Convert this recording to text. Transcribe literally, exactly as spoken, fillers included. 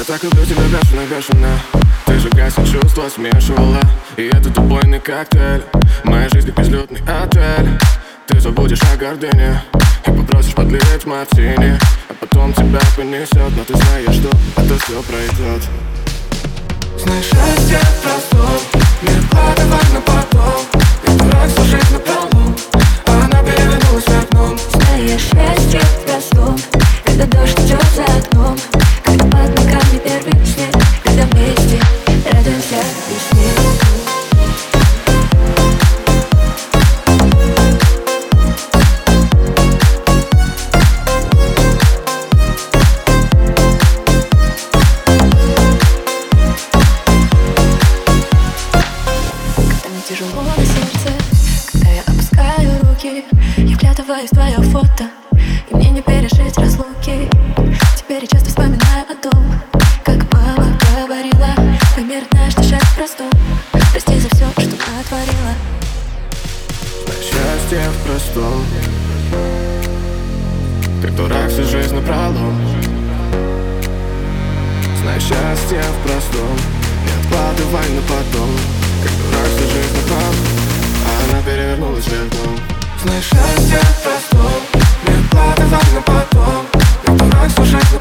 так люблю тебя бешено, бешено. Ты же гасит чувства, смешивала. И этот убойный коктейль моя жизнь как безлюдный отель. Ты забудешь о гордыне и попросишь подлить мартини, а потом тебя понесет, но ты знаешь, что это все пройдет. Знаешь, счастье в простом, не откладывай на потом. Ты дурак, слушать напролом, а она перевернулась в окном. Знаешь, счастье в простом, когда дождь идет за окном, когда под ногами первый снег, когда вместе радуемся весне. Тяжело на сердце, когда я опускаю руки, я вглядываюсь в твое фото, и мне не пережить разлуки. Теперь я часто вспоминаю о том, как мама говорила: пойми, родная, что счастье в простом. Прости за все, что натворила. Счастье в простом. Ты дурак, всю жизнь напролом. Знай, счастье в простом, не откладывай на потом. Как дурак, всю жизнь напролом, а она перевернулась вверх дном. Знаешь, счастье в простом, не откладывай на потом. Как дурак, слушать